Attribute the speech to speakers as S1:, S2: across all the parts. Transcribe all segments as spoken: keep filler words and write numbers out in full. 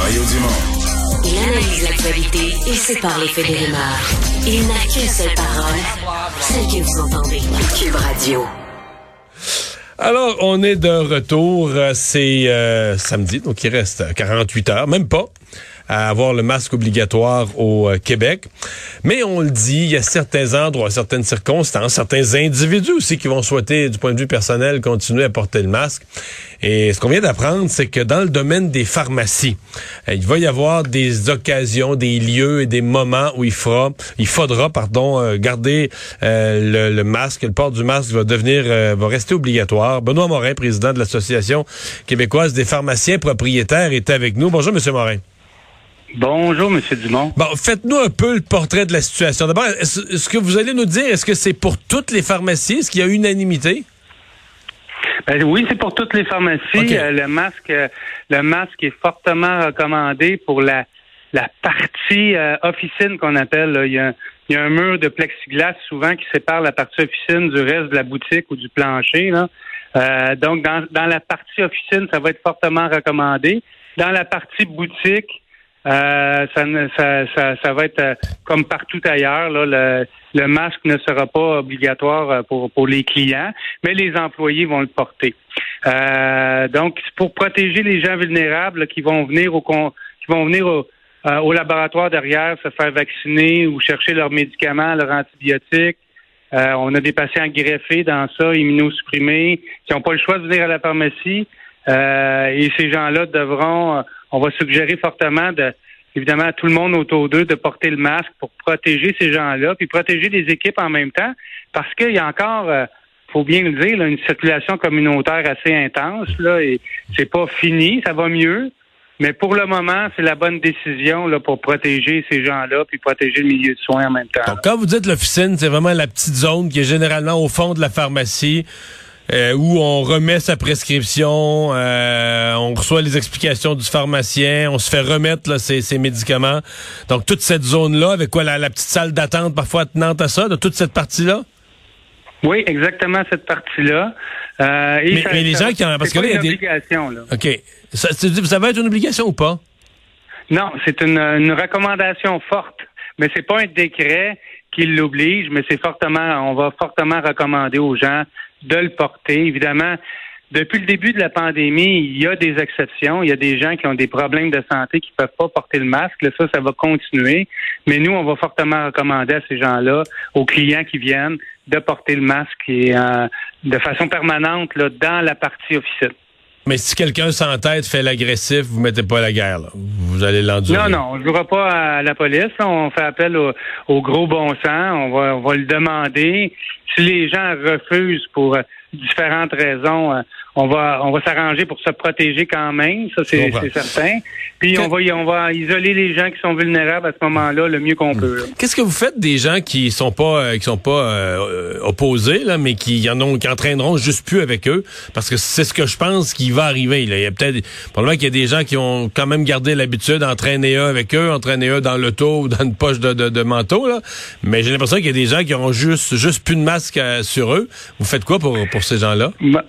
S1: Mario Dumont.
S2: Il analyse l'actualité et sépare les faits des rumeurs. Il n'a qu'une seule parole, celle que vous entendez. Cube Radio.
S3: Alors, on est de retour. C'est euh, samedi, donc il reste quarante-huit heures, même pas, à avoir le masque obligatoire au euh, Québec. Mais on le dit, il y a certains endroits, certaines circonstances, certains individus aussi qui vont souhaiter, du point de vue personnel, continuer à porter le masque. Et ce qu'on vient d'apprendre, c'est que dans le domaine des pharmacies, il va y avoir des occasions, des lieux et des moments où il fera, il faudra, pardon, euh, garder euh, le, le masque. Le port du masque va devenir, euh, va rester obligatoire. Benoît Morin, président de l'Association québécoise des pharmaciens propriétaires, est avec nous. Bonjour, Monsieur Morin.
S4: Bonjour, M. Dumont.
S3: Bon, faites-nous un peu le portrait de la situation. D'abord, est-ce, est-ce que vous allez nous dire, est-ce que c'est pour toutes les pharmacies? Est-ce qu'il y a unanimité?
S4: Ben oui, c'est pour toutes les pharmacies.
S3: Okay.
S4: Euh, le masque, euh, le masque est fortement recommandé pour la la partie euh, officine qu'on appelle. Là. Il y a, il y a un mur de plexiglas souvent qui sépare la partie officine du reste de la boutique ou du plancher. Là. Euh, donc, dans, dans la partie officine, ça va être fortement recommandé. Dans la partie boutique, Euh, ça, ça, ça, ça va être euh, comme partout ailleurs. Là, le, le masque ne sera pas obligatoire pour, pour les clients, mais les employés vont le porter. Euh, donc, c'est pour protéger les gens vulnérables là, qui vont venir au qui vont venir au, euh, au laboratoire derrière se faire vacciner ou chercher leurs médicaments, leurs antibiotiques. Euh, on a des patients greffés dans ça, immunosupprimés, qui n'ont pas le choix de venir à la pharmacie. Euh, et ces gens-là devront, on va suggérer fortement de, évidemment, à tout le monde autour d'eux de porter le masque pour protéger ces gens-là, puis protéger les équipes en même temps, parce qu'il y a encore, euh, faut bien le dire, là, une circulation communautaire assez intense, là, et c'est pas fini, ça va mieux, mais pour le moment, c'est la bonne décision là pour protéger ces gens-là, puis protéger le milieu de soins en même temps.
S3: Donc, quand vous dites l'officine, c'est vraiment la petite zone qui est généralement au fond de la pharmacie. Euh, où on remet sa prescription, euh, on reçoit les explications du pharmacien, on se fait remettre là, ses, ses médicaments. Donc, toute cette zone-là, avec quoi la, la petite salle d'attente parfois tenante à ça, de toute cette partie-là?
S4: Oui, exactement cette partie-là. Euh, et
S3: mais,
S4: ça,
S3: mais les
S4: ça,
S3: gens qui en... Parce que là, il y a des...
S4: obligation, là.
S3: OK. Ça, ça va être une obligation ou pas?
S4: Non, c'est une, une recommandation forte. Mais c'est pas un décret qui l'oblige, mais c'est fortement, on va fortement recommander aux gens de le porter. Évidemment, depuis le début de la pandémie, il y a des exceptions. Il y a des gens qui ont des problèmes de santé qui ne peuvent pas porter le masque. Là, ça, ça va continuer. Mais nous, on va fortement recommander à ces gens-là, aux clients qui viennent, de porter le masque et, euh, de façon permanente là, dans la partie officielle.
S3: Mais si quelqu'un sans tête fait l'agressif, vous mettez pas la guerre, là. Vous allez l'endurer.
S4: Non, non, on ne jouera pas à la police. Là. On fait appel au, au gros bon sens. On va, on va le demander. Si les gens refusent pour euh, différentes raisons, euh, on va on va s'arranger pour se protéger quand même. Ça, c'est, c'est certain. Puis on va on va isoler les gens qui sont vulnérables à ce moment-là le mieux qu'on peut. Là.
S3: Qu'est-ce que vous faites des gens qui sont pas euh, qui sont pas euh, opposés là, mais qui en ont qui entraîneront juste plus avec eux, parce que c'est ce que je pense qui va arriver. Là. Il y a peut-être probablement qu'il y a des gens qui ont quand même gardé l'habitude d'entraîner un avec eux, entraîner un dans l'auto ou dans une poche de, de, de manteau là. Mais j'ai l'impression qu'il y a des gens qui auront juste juste plus de masque euh, sur eux. Vous faites quoi pour pour ces gens-là?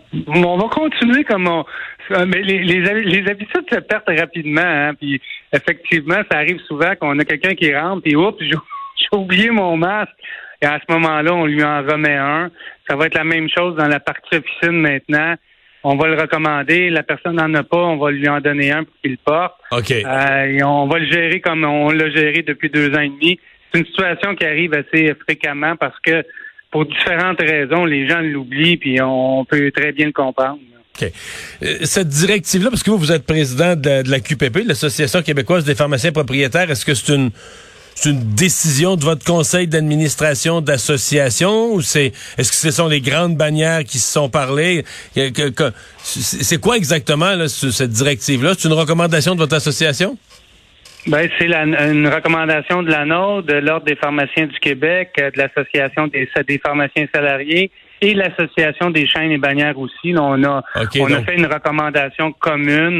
S4: On va continuer comme on... Mais les, les, les habitudes se perdent rapidement. Hein, puis effectivement, ça arrive souvent qu'on a quelqu'un qui rentre, puis oups, j'ai, j'ai oublié mon masque. Et à ce moment-là, on lui en remet un. Ça va être la même chose dans la partie officine maintenant. On va le recommander. La personne n'en a pas, on va lui en donner un pour qu'il le porte.
S3: OK.
S4: Euh, et on va le gérer comme on l'a géré depuis deux ans et demi. C'est une situation qui arrive assez fréquemment parce que pour différentes raisons, les gens l'oublient, puis on peut très bien le comprendre.
S3: OK. Cette directive-là, parce que vous, vous êtes président de la, de la Q P P, l'Association québécoise des pharmaciens propriétaires, est-ce que c'est une, c'est une décision de votre conseil d'administration d'association ou c'est, est-ce que ce sont les grandes bannières qui se sont parlé? Que, que, que, c'est quoi exactement là, cette directive-là? C'est une recommandation de votre association?
S4: Ben, c'est la, une recommandation de l'A N O, de l'Ordre des pharmaciens du Québec, de l'Association des, des pharmaciens salariés et l'Association des chaînes et bannières aussi. Là, on a, okay, on donc... a fait une recommandation commune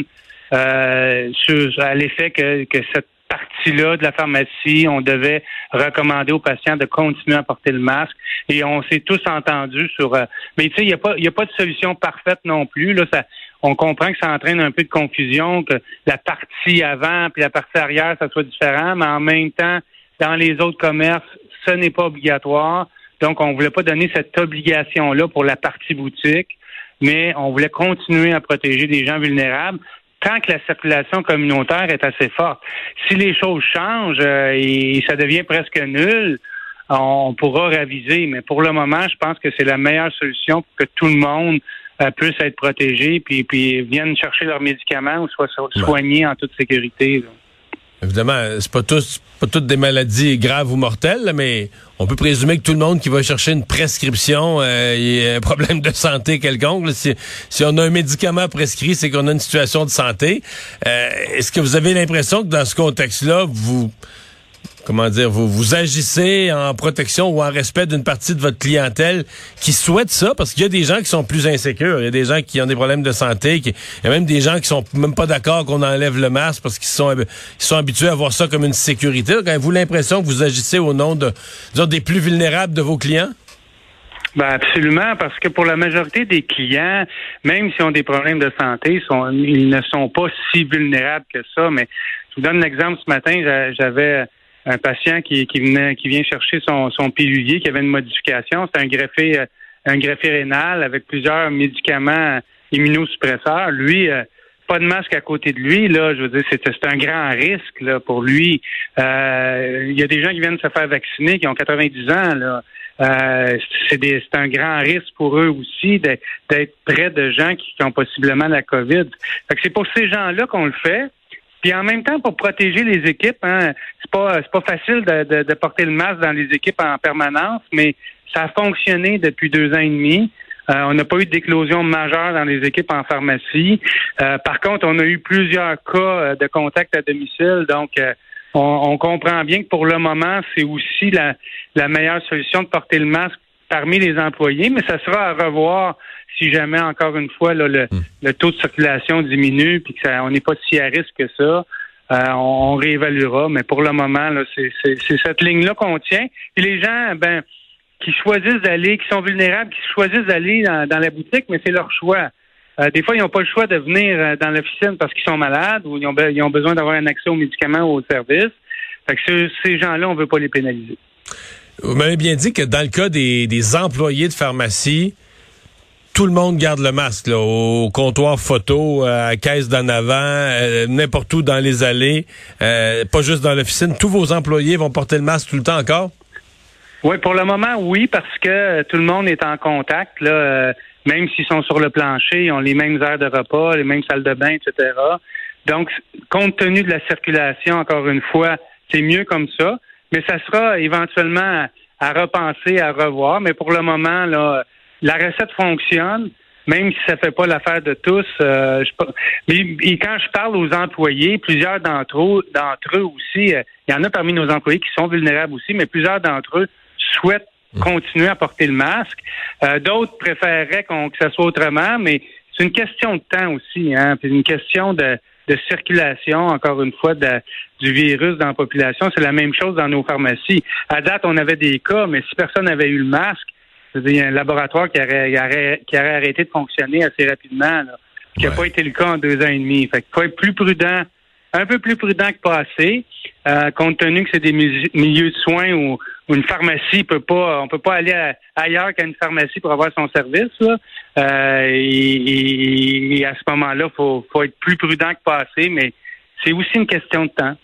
S4: euh, sur, à l'effet que, que cette partie-là de la pharmacie, on devait recommander aux patients de continuer à porter le masque. Et on s'est tous entendus sur... Euh, mais tu sais, il n'y a pas, il y a pas de solution parfaite non plus. Là, ça, on comprend que ça entraîne un peu de confusion, que la partie avant puis la partie arrière, ça soit différent, mais en même temps, dans les autres commerces, ce n'est pas obligatoire. Donc, on voulait pas donner cette obligation-là pour la partie boutique, mais on voulait continuer à protéger des gens vulnérables tant que la circulation communautaire est assez forte. Si les choses changent euh, et ça devient presque nul, on pourra raviser. Mais pour le moment, je pense que c'est la meilleure solution pour que tout le monde euh, puisse être protégé puis, puis vienne chercher leurs médicaments ou soit soignés en toute sécurité, là.
S3: Évidemment, c'est pas tous, pas toutes des maladies graves ou mortelles, là, mais on peut présumer que tout le monde qui va chercher une prescription, euh, il y a un problème de santé quelconque. Là. Si, si on a un médicament prescrit, c'est qu'on a une situation de santé. Euh, est-ce que vous avez l'impression que dans ce contexte-là, vous, comment dire, vous, vous agissez en protection ou en respect d'une partie de votre clientèle qui souhaite ça? Parce qu'il y a des gens qui sont plus insécures. Il y a des gens qui ont des problèmes de santé. Qui, il y a même des gens qui sont même pas d'accord qu'on enlève le masque parce qu'ils sont, ils sont habitués à voir ça comme une sécurité. Donc, avez-vous l'impression que vous agissez au nom de, disons, des plus vulnérables de vos clients?
S4: Ben absolument, parce que pour la majorité des clients, même s'ils ont des problèmes de santé, sont, ils ne sont pas si vulnérables que ça. Mais je vous donne l'exemple ce matin, j'avais un patient qui, qui venait, qui vient chercher son, son pilulier, qui avait une modification. C'est un greffé, un greffé rénal avec plusieurs médicaments immunosuppresseurs. Lui, euh, pas de masque à côté de lui, là, je veux dire, c'est, c'est un grand risque là pour lui. Euh, il y a des gens qui viennent se faire vacciner, qui ont quatre-vingt-dix ans, là. Euh, c'est, des, c'est un grand risque pour eux aussi d'être, d'être près de gens qui, qui ont possiblement la COVID. Fait que c'est pour ces gens-là qu'on le fait. Puis en même temps, pour protéger les équipes, hein, c'est pas c'est pas facile de, de, de porter le masque dans les équipes en permanence, mais ça a fonctionné depuis deux ans et demi. Euh, on n'a pas eu d'éclosion majeure dans les équipes en pharmacie. Euh, par contre, on a eu plusieurs cas de contact à domicile, donc euh, on, on comprend bien que pour le moment, c'est aussi la, la meilleure solution de porter le masque parmi les employés, mais ça sera à revoir si jamais, encore une fois, là, le, mmh. le taux de circulation diminue puis que ça, on n'est pas si à risque que ça. Euh, on, on réévaluera, mais pour le moment, là, c'est, c'est, c'est cette ligne-là qu'on tient. Puis les gens, ben, qui choisissent d'aller, qui sont vulnérables, qui choisissent d'aller dans, dans la boutique, mais c'est leur choix. Euh, des fois, ils n'ont pas le choix de venir dans l'officine parce qu'ils sont malades ou ils ont, be- ils ont besoin d'avoir un accès aux médicaments ou aux services. Fait que ce, ces gens-là, on ne veut pas les pénaliser.
S3: Vous m'avez bien dit que dans le cas des, des employés de pharmacie, tout le monde garde le masque, là, au comptoir photo, à la caisse d'en avant, euh, n'importe où dans les allées, euh, pas juste dans l'officine. Tous vos employés vont porter le masque tout le temps encore?
S4: Oui, pour le moment, oui, parce que tout le monde est en contact, là, euh, même s'ils sont sur le plancher, ils ont les mêmes heures de repas, les mêmes salles de bain, et cetera. Donc, compte tenu de la circulation, encore une fois, c'est mieux comme ça, mais ça sera éventuellement à repenser, à revoir, mais pour le moment, là, la recette fonctionne, même si ça fait pas l'affaire de tous. Euh, je, mais et quand je parle aux employés, plusieurs d'entre eux, d'entre eux aussi, euh, il y en a parmi nos employés qui sont vulnérables aussi, mais plusieurs d'entre eux souhaitent continuer à porter le masque. Euh, d'autres préféreraient qu'on, que ça soit autrement, mais c'est une question de temps aussi, hein, puis une question de, de circulation, encore une fois, de, du virus dans la population. C'est la même chose dans nos pharmacies. À date, on avait des cas, mais si personne n'avait eu le masque, il y a un laboratoire qui aurait, qui aurait, qui aurait arrêté de fonctionner assez rapidement, là, qui n'a ouais. pas été le cas en deux ans et demi. Fait qu'il faut être plus prudent, un peu plus prudent que passé, euh, compte tenu que c'est des mu- milieux de soins où, où une pharmacie peut pas, on peut pas aller à, ailleurs qu'à une pharmacie pour avoir son service. Là. Euh, et, et, et à ce moment-là, faut, faut être plus prudent que passé, mais c'est aussi une question de temps.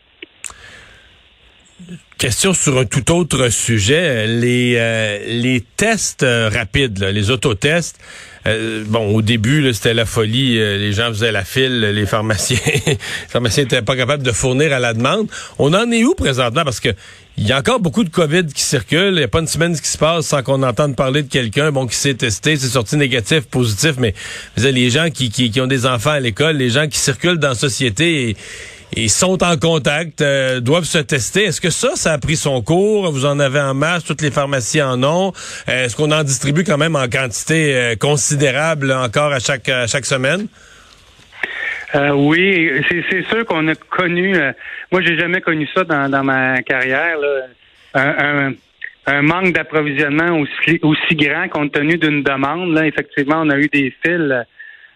S3: Question sur un tout autre sujet, les euh, les tests euh, rapides, là, les autotests. Euh, bon, au début, là, c'était la folie. Euh, les gens faisaient la file, les pharmaciens, les pharmaciens n'étaient pas capables de fournir à la demande. On en est où présentement? Parce que il y a encore beaucoup de COVID qui circulent. Il n'y a pas une semaine qui se passe sans qu'on entende parler de quelqu'un, bon, qui s'est testé, c'est sorti négatif, positif. Mais vous savez, les gens qui, qui qui ont des enfants à l'école, les gens qui circulent dans la société et Ils sont en contact, euh, doivent se tester. Est-ce que ça, ça a pris son cours? Vous en avez en masse, toutes les pharmacies en ont. Euh, est-ce qu'on en distribue quand même en quantité euh, considérable encore à chaque à chaque semaine?
S4: Euh, oui, c'est, c'est sûr qu'on a connu. Euh, moi, j'ai jamais connu ça dans, dans ma carrière. Là, un, un, un manque d'approvisionnement aussi, aussi grand compte tenu d'une demande. Là, effectivement, on a eu des files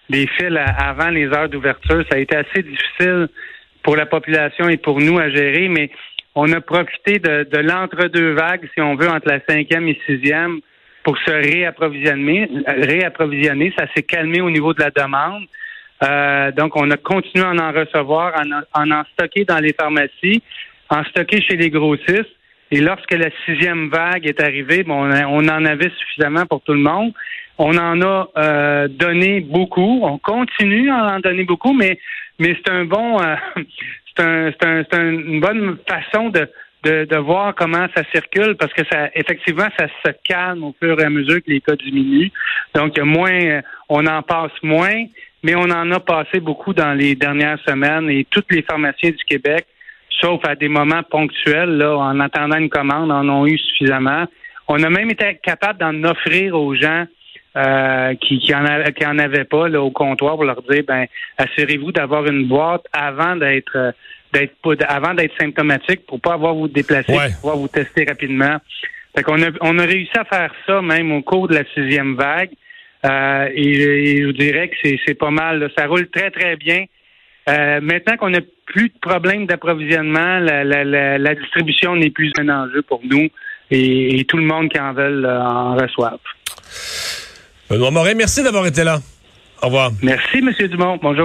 S4: des files à, avant les heures d'ouverture. Ça a été assez difficile pour la population et pour nous à gérer, mais on a profité de, de l'entre-deux vagues, si on veut, entre la cinquième et sixième, pour se réapprovisionner. réapprovisionner. Ça s'est calmé au niveau de la demande. Euh, donc, on a continué à en recevoir, en en, en stocker dans les pharmacies, en stocker chez les grossistes. Et lorsque la sixième vague est arrivée, bon, on, on en avait suffisamment pour tout le monde. On en a euh, donné beaucoup. On continue à en donner beaucoup, mais mais c'est un bon, euh, c'est un, c'est un, c'est un, une bonne façon de, de de voir comment ça circule, parce que ça, effectivement, ça se calme au fur et à mesure que les cas diminuent. Donc, il y a moins, on en passe moins, mais on en a passé beaucoup dans les dernières semaines, et toutes les pharmaciens du Québec, sauf à des moments ponctuels, là, en attendant une commande, en ont eu suffisamment. On a même été capable d'en offrir aux gens euh, qui, qui, en a, qui en avaient pas là, au comptoir, pour leur dire, ben, assurez-vous d'avoir une boîte avant d'être, d'être avant d'être symptomatique, pour pas avoir vous déplacer,
S3: ouais.
S4: pour pouvoir vous tester rapidement. Fait qu'on a, on a réussi à faire ça même au cours de la sixième vague. Euh, et, et je vous dirais que c'est, c'est pas mal. Là. Ça roule très, très bien. Euh, maintenant qu'on n'a plus de problème d'approvisionnement, la, la, la, la distribution n'est plus un enjeu pour nous, et, et tout le monde qui en veut en reçoive.
S3: Benoît Morin, merci d'avoir été là. Au revoir.
S4: Merci, M. Dumont. Bonjour.